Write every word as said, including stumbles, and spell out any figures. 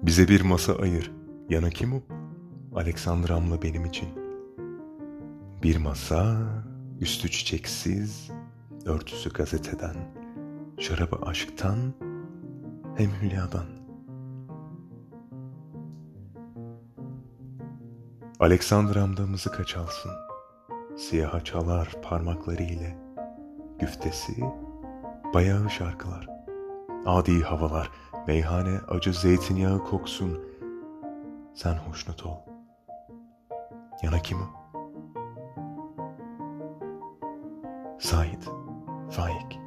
Bize bir masa ayır. Yana kim o? Aleksandram'la benim için. Bir masa, üstü çiçeksiz, örtüsü gazeteden, şarabı aşktan, hem hülyadan. Aleksandram'da mızıka çalsın, siyaha çalar parmakları ile, güftesi, bayağı şarkılar, adi havalar, meyhane acı zeytinyağı koksun, sen hoşnut ol. Yana kim o? Said Faik.